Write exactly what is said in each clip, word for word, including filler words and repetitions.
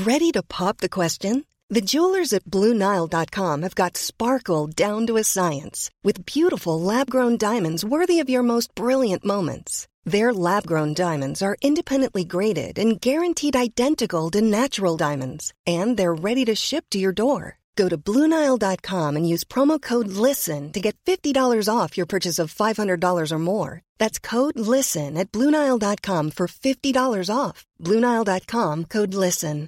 Ready to pop the question? The jewelers at Blue Nile dot com have got sparkle down to a science with beautiful lab-grown diamonds worthy of your most brilliant moments. Their lab-grown diamonds are independently graded and guaranteed identical to natural diamonds, and they're ready to ship to your door. Go to Blue Nile dot com and use promo code LISTEN to get fifty dollars off your purchase of five hundred dollars or more. That's code LISTEN at Blue Nile dot com for fifty dollars off. Blue Nile dot com, code LISTEN.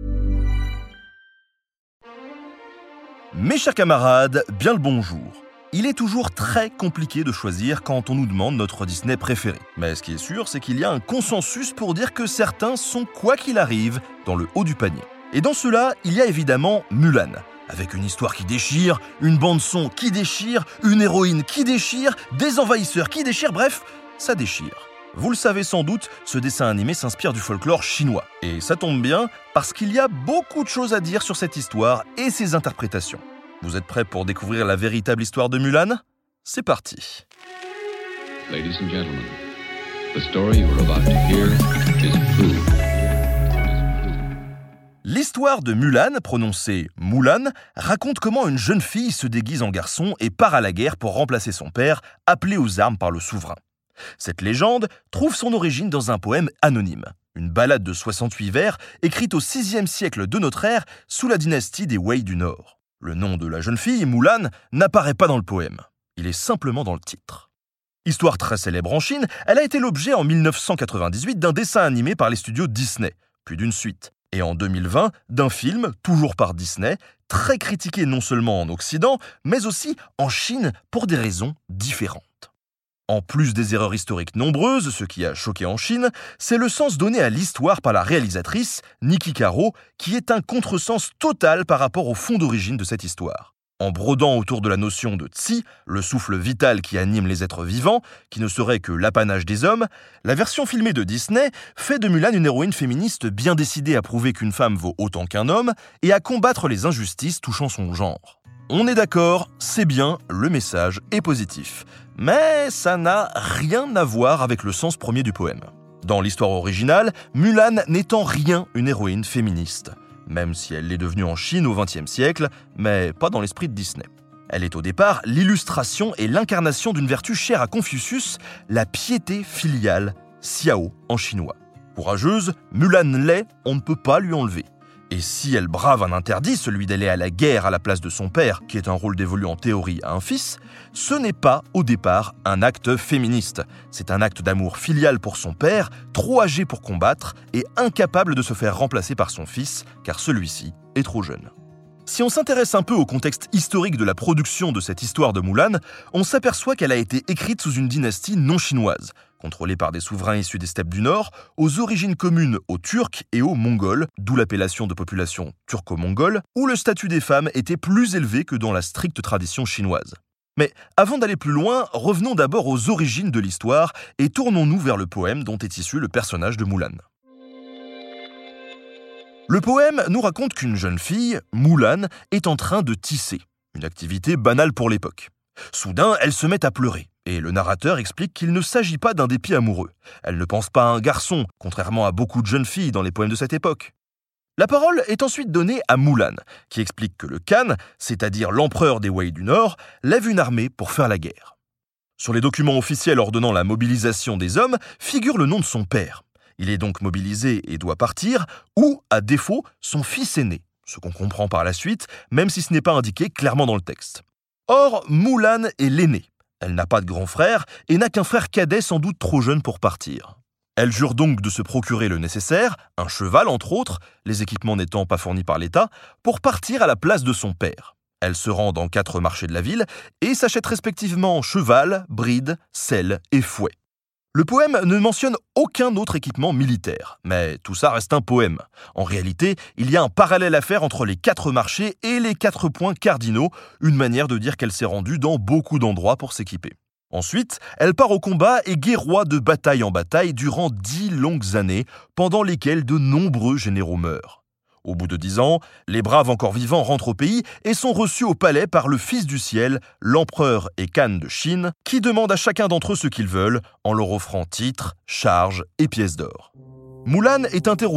Mes chers camarades, bien le bonjour. Il est toujours très compliqué de choisir quand on nous demande notre Disney préféré. Mais ce qui est sûr, c'est qu'il y a un consensus pour dire que certains sont, quoi qu'il arrive, dans le haut du panier. Et dans cela, il y a évidemment Mulan, avec une histoire qui déchire, une bande-son qui déchire, une héroïne qui déchire, des envahisseurs qui déchirent, bref, ça déchire. Vous le savez sans doute, ce dessin animé s'inspire du folklore chinois. Et ça tombe bien, parce qu'il y a beaucoup de choses à dire sur cette histoire et ses interprétations. Vous êtes prêts pour découvrir la véritable histoire de Mulan ? C'est parti. Ladies and gentlemen, the story you are about to hear is true. L'histoire de Mulan, prononcée Mulan, raconte comment une jeune fille se déguise en garçon et part à la guerre pour remplacer son père, appelé aux armes par le souverain. Cette légende trouve son origine dans un poème anonyme, une ballade de soixante-huit vers écrite au sixième siècle de notre ère sous la dynastie des Wei du Nord. Le nom de la jeune fille, Mulan, n'apparaît pas dans le poème. Il est simplement dans le titre. Histoire très célèbre en Chine, elle a été l'objet en dix-neuf cent quatre-vingt-dix-huit d'un dessin animé par les studios Disney, puis d'une suite. Et en deux mille vingt, d'un film, toujours par Disney, très critiqué non seulement en Occident, mais aussi en Chine pour des raisons différentes. En plus des erreurs historiques nombreuses, ce qui a choqué en Chine, c'est le sens donné à l'histoire par la réalisatrice, Niki Caro, qui est un contresens total par rapport au fond d'origine de cette histoire. En brodant autour de la notion de Tsi, le souffle vital qui anime les êtres vivants, qui ne serait que l'apanage des hommes, la version filmée de Disney fait de Mulan une héroïne féministe bien décidée à prouver qu'une femme vaut autant qu'un homme et à combattre les injustices touchant son genre. On est d'accord, c'est bien, le message est positif. Mais ça n'a rien à voir avec le sens premier du poème. Dans l'histoire originale, Mulan n'est en rien une héroïne féministe, même si elle l'est devenue en Chine au vingtième siècle, mais pas dans l'esprit de Disney. Elle est au départ l'illustration et l'incarnation d'une vertu chère à Confucius, la piété filiale, Xiao en chinois. Courageuse, Mulan l'est, on ne peut pas lui enlever. Et si elle brave un interdit, celui d'aller à la guerre à la place de son père, qui est un rôle dévolu en théorie à un fils, ce n'est pas, au départ, un acte féministe. C'est un acte d'amour filial pour son père, trop âgé pour combattre et incapable de se faire remplacer par son fils, car celui-ci est trop jeune. Si on s'intéresse un peu au contexte historique de la production de cette histoire de Mulan, on s'aperçoit qu'elle a été écrite sous une dynastie non chinoise, contrôlée par des souverains issus des steppes du Nord, aux origines communes aux Turcs et aux Mongols, d'où l'appellation de population turco-mongole, où le statut des femmes était plus élevé que dans la stricte tradition chinoise. Mais avant d'aller plus loin, revenons d'abord aux origines de l'histoire et tournons-nous vers le poème dont est issu le personnage de Mulan. Le poème nous raconte qu'une jeune fille, Mulan, est en train de tisser, une activité banale pour l'époque. Soudain, elle se met à pleurer, et le narrateur explique qu'il ne s'agit pas d'un dépit amoureux. Elle ne pense pas à un garçon, contrairement à beaucoup de jeunes filles dans les poèmes de cette époque. La parole est ensuite donnée à Mulan, qui explique que le Khan, c'est-à-dire l'empereur des Wei du Nord, lève une armée pour faire la guerre. Sur les documents officiels ordonnant la mobilisation des hommes figure le nom de son père. Il est donc mobilisé et doit partir, ou, à défaut, son fils aîné, ce qu'on comprend par la suite, même si ce n'est pas indiqué clairement dans le texte. Or, Mulan est l'aînée. Elle n'a pas de grand frère et n'a qu'un frère cadet sans doute trop jeune pour partir. Elle jure donc de se procurer le nécessaire, un cheval entre autres, les équipements n'étant pas fournis par l'État, pour partir à la place de son père. Elle se rend dans quatre marchés de la ville et s'achète respectivement cheval, bride, selle et fouet. Le poème ne mentionne aucun autre équipement militaire, mais tout ça reste un poème. En réalité, il y a un parallèle à faire entre les quatre marchés et les quatre points cardinaux, une manière de dire qu'elle s'est rendue dans beaucoup d'endroits pour s'équiper. Ensuite, elle part au combat et guerroie de bataille en bataille durant dix longues années, pendant lesquelles de nombreux généraux meurent. Au bout de dix ans, les braves encore vivants rentrent au pays et sont reçus au palais par le Fils du ciel, l'empereur et Khan de Chine, qui demande à chacun d'entre eux ce qu'ils veulent, en leur offrant titres, charges et pièces d'or. Mulan est interrogée.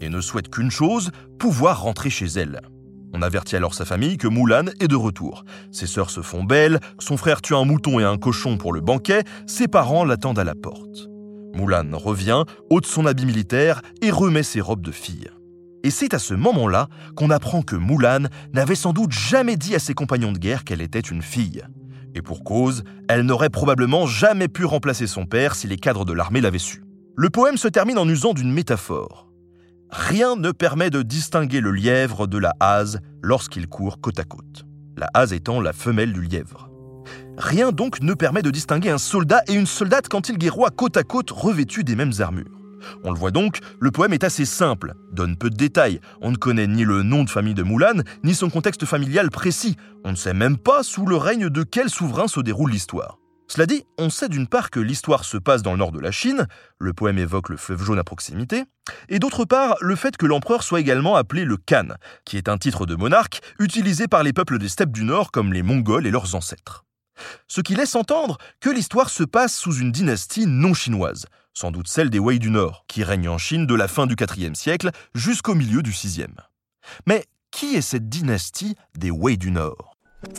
et ne souhaite qu'une chose, pouvoir rentrer chez elle. On avertit alors sa famille que Mulan est de retour. Ses sœurs se font belles, son frère tue un mouton et un cochon pour le banquet, ses parents l'attendent à la porte. Mulan revient, ôte son habit militaire et remet ses robes de fille. Et c'est à ce moment-là qu'on apprend que Mulan n'avait sans doute jamais dit à ses compagnons de guerre qu'elle était une fille. Et pour cause, elle n'aurait probablement jamais pu remplacer son père si les cadres de l'armée l'avaient su. Le poème se termine en usant d'une métaphore. Rien ne permet de distinguer le lièvre de la hase lorsqu'il court côte à côte. La hase étant la femelle du lièvre. Rien donc ne permet de distinguer un soldat et une soldate quand ils guerroient côte à côte revêtus des mêmes armures. On le voit donc, le poème est assez simple, donne peu de détails. On ne connaît ni le nom de famille de Mulan, ni son contexte familial précis. On ne sait même pas sous le règne de quel souverain se déroule l'histoire. Cela dit, on sait d'une part que l'histoire se passe dans le nord de la Chine, le poème évoque le fleuve jaune à proximité, et d'autre part, le fait que l'empereur soit également appelé le Khan, qui est un titre de monarque utilisé par les peuples des steppes du Nord comme les Mongols et leurs ancêtres. Ce qui laisse entendre que l'histoire se passe sous une dynastie non chinoise, sans doute celle des Wei du Nord, qui règne en Chine de la fin du quatrième siècle jusqu'au milieu du sixième. Mais qui est cette dynastie des Wei du Nord ?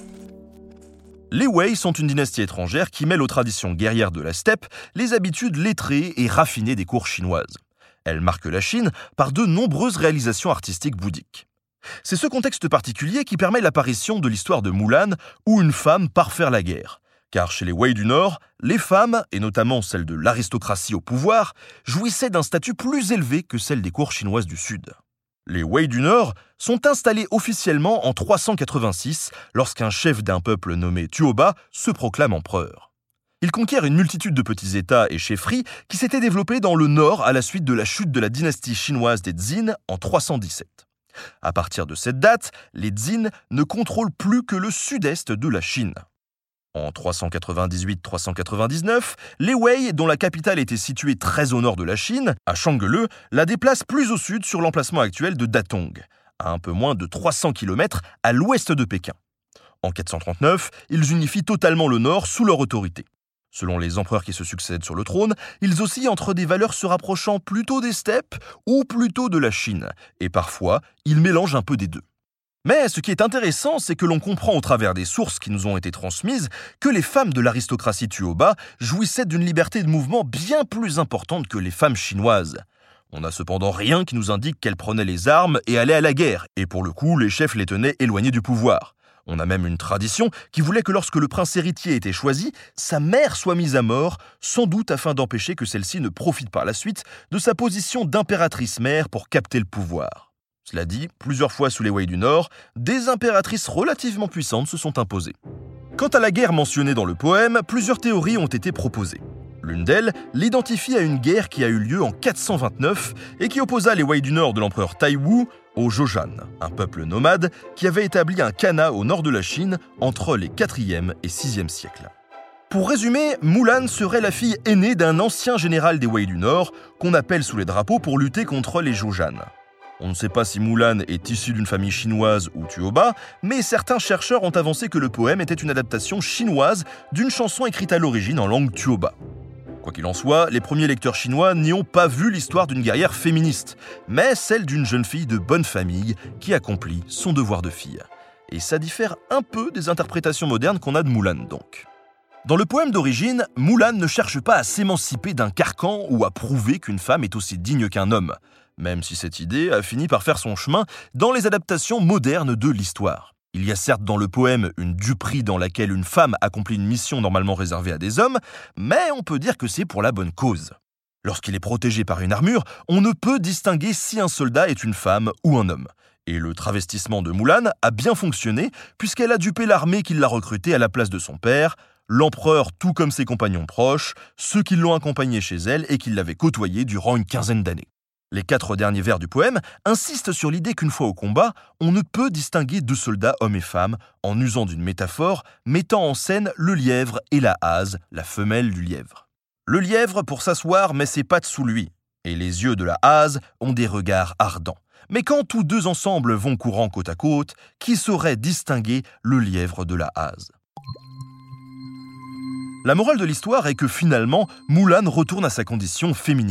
Les Wei sont une dynastie étrangère qui mêle aux traditions guerrières de la steppe les habitudes lettrées et raffinées des cours chinoises. Elle marque la Chine par de nombreuses réalisations artistiques bouddhiques. C'est ce contexte particulier qui permet l'apparition de l'histoire de Mulan, où une femme part faire la guerre. Car chez les Wei du Nord, les femmes, et notamment celles de l'aristocratie au pouvoir, jouissaient d'un statut plus élevé que celles des cours chinoises du Sud. Les Wei du Nord sont installés officiellement en trois cent quatre-vingt-six lorsqu'un chef d'un peuple nommé Tuoba se proclame empereur. Il conquiert une multitude de petits États et chefferies qui s'étaient développés dans le nord à la suite de la chute de la dynastie chinoise des Zin en trois cent dix-sept. À partir de cette date, les Zin ne contrôlent plus que le sud-est de la Chine. En trois cent quatre-vingt-dix-huit trois cent quatre-vingt-dix-neuf, les Wei, dont la capitale était située très au nord de la Chine, à Changle, la déplacent plus au sud sur l'emplacement actuel de Datong, à un peu moins de trois cents kilomètres à l'ouest de Pékin. En quatre cent trente-neuf, ils unifient totalement le nord sous leur autorité. Selon les empereurs qui se succèdent sur le trône, ils oscillent entre des valeurs se rapprochant plutôt des steppes ou plutôt de la Chine, et parfois, ils mélangent un peu des deux. Mais ce qui est intéressant, c'est que l'on comprend au travers des sources qui nous ont été transmises que les femmes de l'aristocratie Tuoba jouissaient d'une liberté de mouvement bien plus importante que les femmes chinoises. On n'a cependant rien qui nous indique qu'elles prenaient les armes et allaient à la guerre, et pour le coup, les chefs les tenaient éloignés du pouvoir. On a même une tradition qui voulait que lorsque le prince héritier était choisi, sa mère soit mise à mort, sans doute afin d'empêcher que celle-ci ne profite par la suite de sa position d'impératrice mère pour capter le pouvoir. Cela dit, plusieurs fois sous les Wei du Nord, des impératrices relativement puissantes se sont imposées. Quant à la guerre mentionnée dans le poème, plusieurs théories ont été proposées. L'une d'elles l'identifie à une guerre qui a eu lieu en quatre cent vingt-neuf et qui opposa les Wei du Nord de l'empereur Taiwu aux Jojan, un peuple nomade qui avait établi un khanat au nord de la Chine entre les quatrième et sixième siècles. Pour résumer, Mulan serait la fille aînée d'un ancien général des Wei du Nord qu'on appelle sous les drapeaux pour lutter contre les Jojan. On ne sait pas si Mulan est issue d'une famille chinoise ou Tuoba, mais certains chercheurs ont avancé que le poème était une adaptation chinoise d'une chanson écrite à l'origine en langue Tuoba. Quoi qu'il en soit, les premiers lecteurs chinois n'y ont pas vu l'histoire d'une guerrière féministe, mais celle d'une jeune fille de bonne famille qui accomplit son devoir de fille. Et ça diffère un peu des interprétations modernes qu'on a de Mulan donc. Dans le poème d'origine, Mulan ne cherche pas à s'émanciper d'un carcan ou à prouver qu'une femme est aussi digne qu'un homme, même si cette idée a fini par faire son chemin dans les adaptations modernes de l'histoire. Il y a certes dans le poème une duperie dans laquelle une femme accomplit une mission normalement réservée à des hommes, mais on peut dire que c'est pour la bonne cause. Lorsqu'il est protégé par une armure, on ne peut distinguer si un soldat est une femme ou un homme. Et le travestissement de Mulan a bien fonctionné puisqu'elle a dupé l'armée qui l'a recrutée à la place de son père, l'empereur tout comme ses compagnons proches, ceux qui l'ont accompagnée chez elle et qui l'avaient côtoyée durant une quinzaine d'années. Les quatre derniers vers du poème insistent sur l'idée qu'une fois au combat, on ne peut distinguer deux soldats hommes et femmes en usant d'une métaphore mettant en scène le lièvre et la hase, la femelle du lièvre. Le lièvre pour s'asseoir met ses pattes sous lui, et les yeux de la hase ont des regards ardents. Mais quand tous deux ensemble vont courant côte à côte, qui saurait distinguer le lièvre de la hase ? La morale de l'histoire est que finalement, Mulan retourne à sa condition féminine.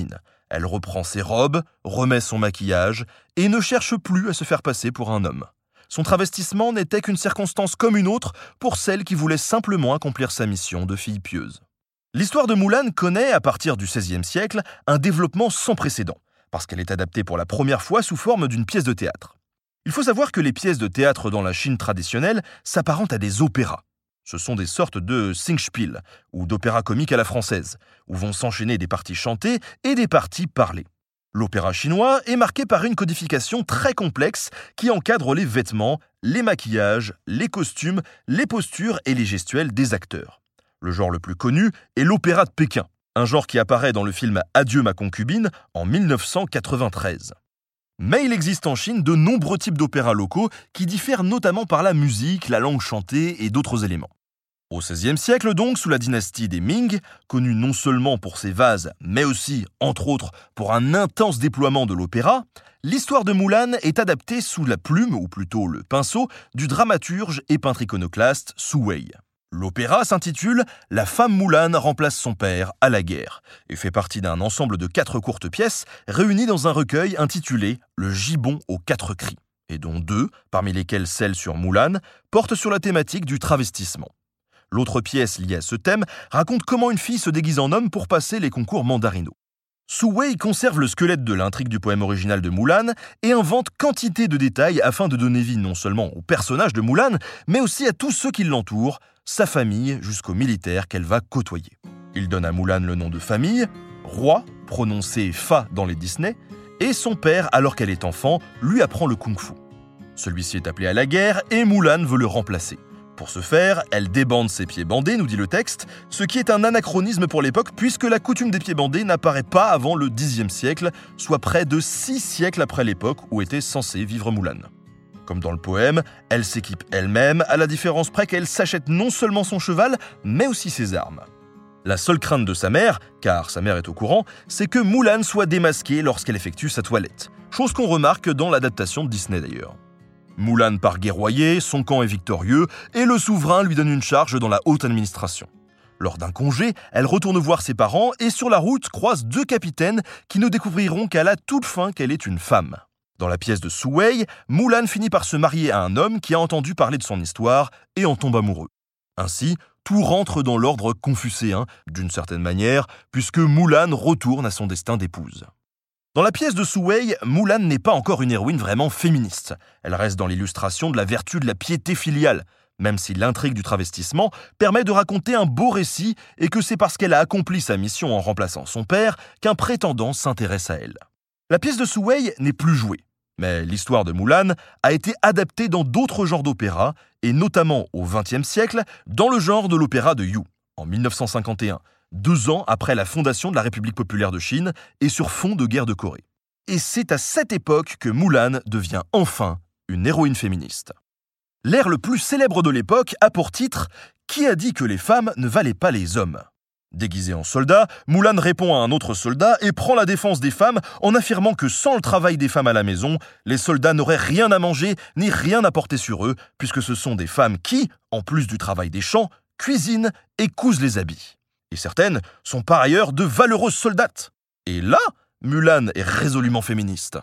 Elle reprend ses robes, remet son maquillage et ne cherche plus à se faire passer pour un homme. Son travestissement n'était qu'une circonstance comme une autre pour celle qui voulait simplement accomplir sa mission de fille pieuse. L'histoire de Moulane connaît, à partir du seizième siècle, un développement sans précédent, parce qu'elle est adaptée pour la première fois sous forme d'une pièce de théâtre. Il faut savoir que les pièces de théâtre dans la Chine traditionnelle s'apparentent à des opéras. Ce sont des sortes de Singspiel, ou d'opéra comique à la française, où vont s'enchaîner des parties chantées et des parties parlées. L'opéra chinois est marqué par une codification très complexe qui encadre les vêtements, les maquillages, les costumes, les postures et les gestuels des acteurs. Le genre le plus connu est l'opéra de Pékin, un genre qui apparaît dans le film Adieu ma concubine en mille neuf cent quatre-vingt-treize. Mais il existe en Chine de nombreux types d'opéras locaux qui diffèrent notamment par la musique, la langue chantée et d'autres éléments. Au seizième siècle donc, sous la dynastie des Ming, connue non seulement pour ses vases, mais aussi, entre autres, pour un intense déploiement de l'opéra, l'histoire de Moulane est adaptée sous la plume, ou plutôt le pinceau, du dramaturge et peintre iconoclaste Su Wei. L'opéra s'intitule « La femme Moulane remplace son père à la guerre » et fait partie d'un ensemble de quatre courtes pièces réunies dans un recueil intitulé « Le gibon aux quatre cris » et dont deux, parmi lesquelles celle sur Moulane, portent sur la thématique du travestissement. L'autre pièce liée à ce thème raconte comment une fille se déguise en homme pour passer les concours mandarinaux. Su Wei conserve le squelette de l'intrigue du poème original de Moulane et invente quantité de détails afin de donner vie non seulement au personnage de Moulane, mais aussi à tous ceux qui l'entourent, sa famille jusqu'aux militaires qu'elle va côtoyer. Il donne à Moulane le nom de famille, Roi, prononcé Fa dans les Disney, et son père, alors qu'elle est enfant, lui apprend le kung-fu. Celui-ci est appelé à la guerre et Moulane veut le remplacer. Pour ce faire, elle débande ses pieds bandés, nous dit le texte, ce qui est un anachronisme pour l'époque puisque la coutume des pieds bandés n'apparaît pas avant le dixième siècle, soit près de six siècles après l'époque où était censé vivre Moulane. Comme dans le poème, elle s'équipe elle-même, à la différence près qu'elle s'achète non seulement son cheval, mais aussi ses armes. La seule crainte de sa mère, car sa mère est au courant, c'est que Moulane soit démasquée lorsqu'elle effectue sa toilette, chose qu'on remarque dans l'adaptation de Disney d'ailleurs. Moulane part guerroyer, son camp est victorieux, et le souverain lui donne une charge dans la haute administration. Lors d'un congé, elle retourne voir ses parents et sur la route croise deux capitaines qui ne découvriront qu'à la toute fin qu'elle est une femme. Dans la pièce de Su Wei, Moulane finit par se marier à un homme qui a entendu parler de son histoire et en tombe amoureux. Ainsi, tout rentre dans l'ordre confucéen, d'une certaine manière, puisque Moulane retourne à son destin d'épouse. Dans la pièce de Su Wei, Moulane n'est pas encore une héroïne vraiment féministe. Elle reste dans l'illustration de la vertu de la piété filiale, même si l'intrigue du travestissement permet de raconter un beau récit et que c'est parce qu'elle a accompli sa mission en remplaçant son père qu'un prétendant s'intéresse à elle. La pièce de Su Wei n'est plus jouée, mais l'histoire de Moulane a été adaptée dans d'autres genres d'opéra, et notamment au vingtième siècle, dans le genre de l'opéra de Yu, en mille neuf cent cinquante et un, deux ans après la fondation de la République populaire de Chine et sur fond de guerre de Corée. Et c'est à cette époque que Moulane devient enfin une héroïne féministe. L'air le plus célèbre de l'époque a pour titre « Qui a dit que les femmes ne valaient pas les hommes ?» Déguisé en soldat, Moulane répond à un autre soldat et prend la défense des femmes en affirmant que sans le travail des femmes à la maison, les soldats n'auraient rien à manger ni rien à porter sur eux, puisque ce sont des femmes qui, en plus du travail des champs, cuisinent et cousent les habits. Et certaines sont par ailleurs de valeureuses soldates. Et là, Moulane est résolument féministe.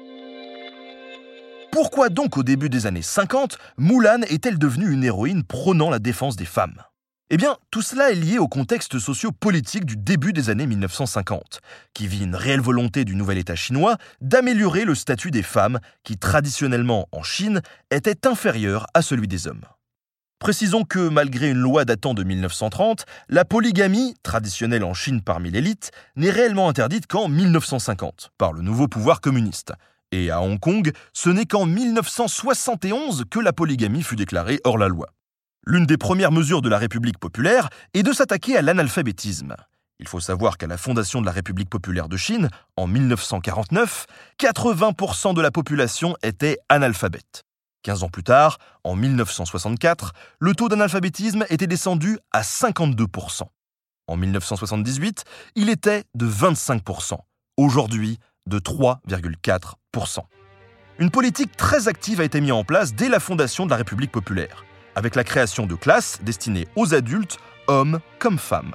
Pourquoi donc au début des années cinquante, Moulane est-elle devenue une héroïne prônant la défense des femmes ? Eh bien, tout cela est lié au contexte socio-politique du début des années mille neuf cent cinquante, qui vit une réelle volonté du nouvel État chinois d'améliorer le statut des femmes qui, traditionnellement en Chine, était inférieur à celui des hommes. Précisons que, malgré une loi datant de mille neuf cent trente, la polygamie, traditionnelle en Chine parmi l'élite, n'est réellement interdite qu'en mille neuf cent cinquante, par le nouveau pouvoir communiste. Et à Hong Kong, ce n'est qu'en mille neuf cent soixante et onze que la polygamie fut déclarée hors la loi. L'une des premières mesures de la République populaire est de s'attaquer à l'analphabétisme. Il faut savoir qu'à la fondation de la République populaire de Chine, en mille neuf cent quarante-neuf, quatre-vingts pour cent de la population était analphabète. quinze ans plus tard, en mille neuf cent soixante-quatre, le taux d'analphabétisme était descendu à cinquante-deux pour cent. En mille neuf cent soixante-dix-huit, il était de vingt-cinq pour cent. Aujourd'hui, de trois virgule quatre pour cent. Une politique très active a été mise en place dès la fondation de la République populaire, avec la création de classes destinées aux adultes, hommes comme femmes.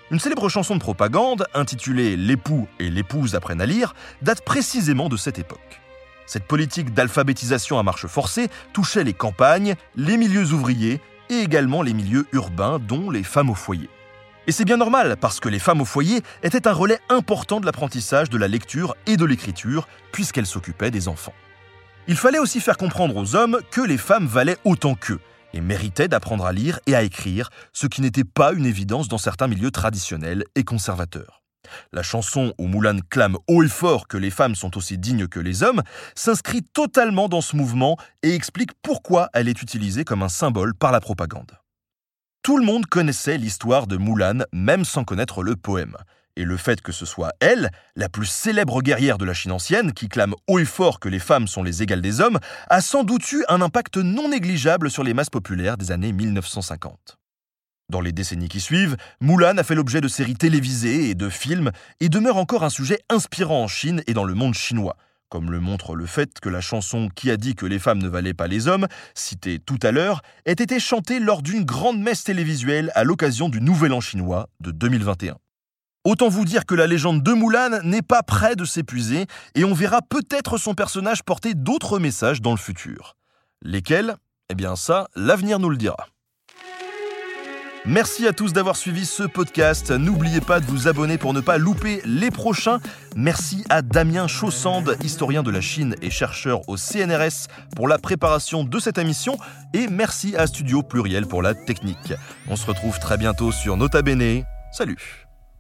Une célèbre chanson de propagande, intitulée « L'époux et l'épouse apprennent à lire », date précisément de cette époque. Cette politique d'alphabétisation à marche forcée touchait les campagnes, les milieux ouvriers et également les milieux urbains, dont les femmes au foyer. Et c'est bien normal, parce que les femmes au foyer étaient un relais important de l'apprentissage de la lecture et de l'écriture, puisqu'elles s'occupaient des enfants. Il fallait aussi faire comprendre aux hommes que les femmes valaient autant qu'eux, et méritaient d'apprendre à lire et à écrire, ce qui n'était pas une évidence dans certains milieux traditionnels et conservateurs. La chanson où Moulin clame haut et fort que les femmes sont aussi dignes que les hommes s'inscrit totalement dans ce mouvement et explique pourquoi elle est utilisée comme un symbole par la propagande. Tout le monde connaissait l'histoire de Moulin, même sans connaître le poème. Et le fait que ce soit elle, la plus célèbre guerrière de la Chine ancienne, qui clame haut et fort que les femmes sont les égales des hommes, a sans doute eu un impact non négligeable sur les masses populaires des années mille neuf cent cinquante. Dans les décennies qui suivent, Moulin a fait l'objet de séries télévisées et de films et demeure encore un sujet inspirant en Chine et dans le monde chinois, comme le montre le fait que la chanson « Qui a dit que les femmes ne valaient pas les hommes », citée tout à l'heure, ait été chantée lors d'une grande messe télévisuelle à l'occasion du Nouvel An chinois de deux mille vingt et un. Autant vous dire que la légende de Moulin n'est pas près de s'épuiser et on verra peut-être son personnage porter d'autres messages dans le futur. Lesquels ? Eh bien ça, l'avenir nous le dira. Merci à tous d'avoir suivi ce podcast. N'oubliez pas de vous abonner pour ne pas louper les prochains. Merci à Damien Chaussande, historien de la Chine et chercheur au C N R S, pour la préparation de cette émission. Et merci à Studio Pluriel pour la technique. On se retrouve très bientôt sur Nota Bene. Salut!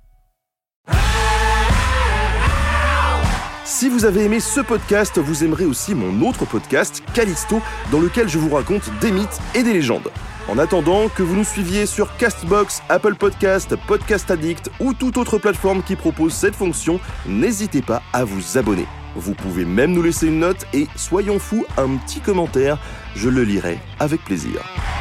Si vous avez aimé ce podcast, vous aimerez aussi mon autre podcast, Callisto, dans lequel je vous raconte des mythes et des légendes. En attendant, que vous nous suiviez sur Castbox, Apple Podcast, Podcast Addict ou toute autre plateforme qui propose cette fonction, n'hésitez pas à vous abonner. Vous pouvez même nous laisser une note et, soyons fous, un petit commentaire, je le lirai avec plaisir.